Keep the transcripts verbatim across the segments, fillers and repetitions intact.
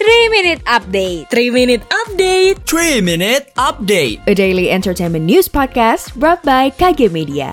three minute Update. three minute Update. three minute Update. A daily entertainment news podcast brought by K G Media.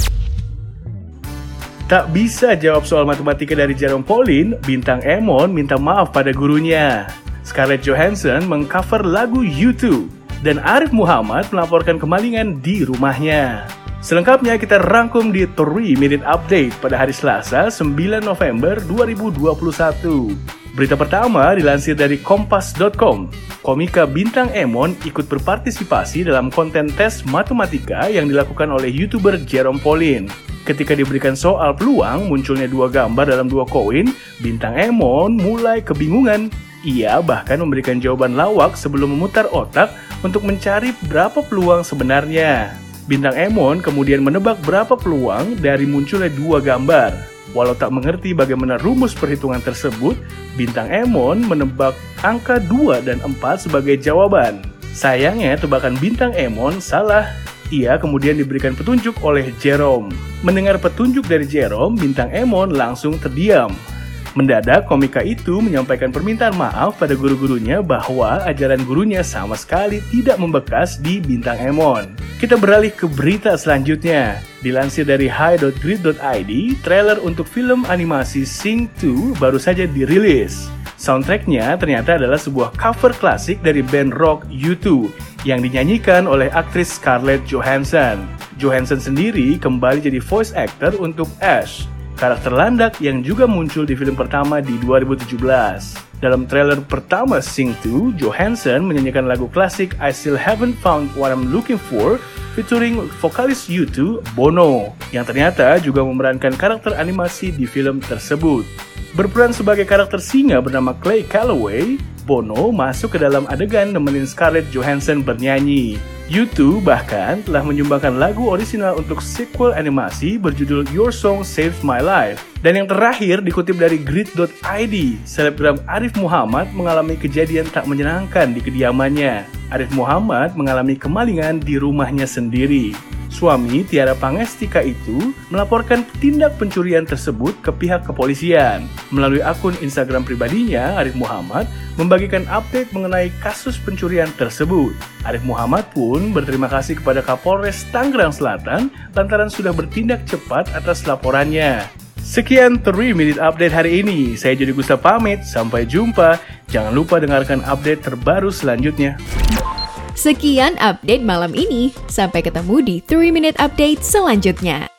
Tak bisa jawab soal matematika dari Jerome Pauline, bintang Emon minta maaf pada gurunya. Scarlett Johansson mengcover lagu U two. Dan Arif Muhammad melaporkan kemalingan di rumahnya. Selengkapnya kita rangkum di three minute Update pada hari Selasa sembilan November dua ribu dua puluh satu. Berita pertama dilansir dari kompas dot com. Komika bintang Emon ikut berpartisipasi dalam konten tes matematika yang dilakukan oleh YouTuber Jerome Pauline. Ketika diberikan soal peluang munculnya dua gambar dalam dua koin, bintang Emon mulai kebingungan. Ia bahkan memberikan jawaban lawak sebelum memutar otak untuk mencari berapa peluang sebenarnya. Bintang Emon kemudian menebak berapa peluang dari munculnya dua gambar. Walau tak mengerti bagaimana rumus perhitungan tersebut, bintang Emon menebak angka dua dan empat sebagai jawaban. Sayangnya tebakan bintang Emon salah. Ia kemudian diberikan petunjuk oleh Jerome. Mendengar petunjuk dari Jerome, bintang Emon langsung terdiam. Mendadak, komika itu menyampaikan permintaan maaf pada guru-gurunya bahwa ajaran gurunya sama sekali tidak membekas di bintang Emon. Kita beralih ke berita selanjutnya. Dilansir dari hi dot grid dot i d, trailer untuk film animasi Sing two baru saja dirilis. Soundtracknya ternyata adalah sebuah cover klasik dari band rock U two yang dinyanyikan oleh aktris Scarlett Johansson. Johansson sendiri kembali jadi voice actor untuk Ash, karakter landak yang juga muncul di film pertama di dua ribu tujuh belas. Dalam trailer pertama Sing two, Johansson menyanyikan lagu klasik I Still Haven't Found What I'm Looking For featuring vokalis U two, Bono, yang ternyata juga memerankan karakter animasi di film tersebut. Berperan sebagai karakter singa bernama Clay Calloway, Bono masuk ke dalam adegan nemenin Scarlett Johansson bernyanyi. U two bahkan telah menyumbangkan lagu orisinal untuk sequel animasi berjudul Your Song Saved My Life. Dan yang terakhir dikutip dari grid dot i d, selebgram Arif Muhammad mengalami kejadian tak menyenangkan di kediamannya. Arif Muhammad mengalami kemalingan di rumahnya sendiri. Suami Tiara Pangestika itu melaporkan tindak pencurian tersebut ke pihak kepolisian. Melalui akun Instagram pribadinya, Arif Muhammad membagikan update mengenai kasus pencurian tersebut. Arif Muhammad pun berterima kasih kepada Kapolres Tangerang Selatan lantaran sudah bertindak cepat atas laporannya. Sekian three minute Update hari ini. Saya Jody Gusta pamit, sampai jumpa. Jangan lupa dengarkan update terbaru selanjutnya. Sekian update malam ini. Sampai ketemu di three minute Update selanjutnya.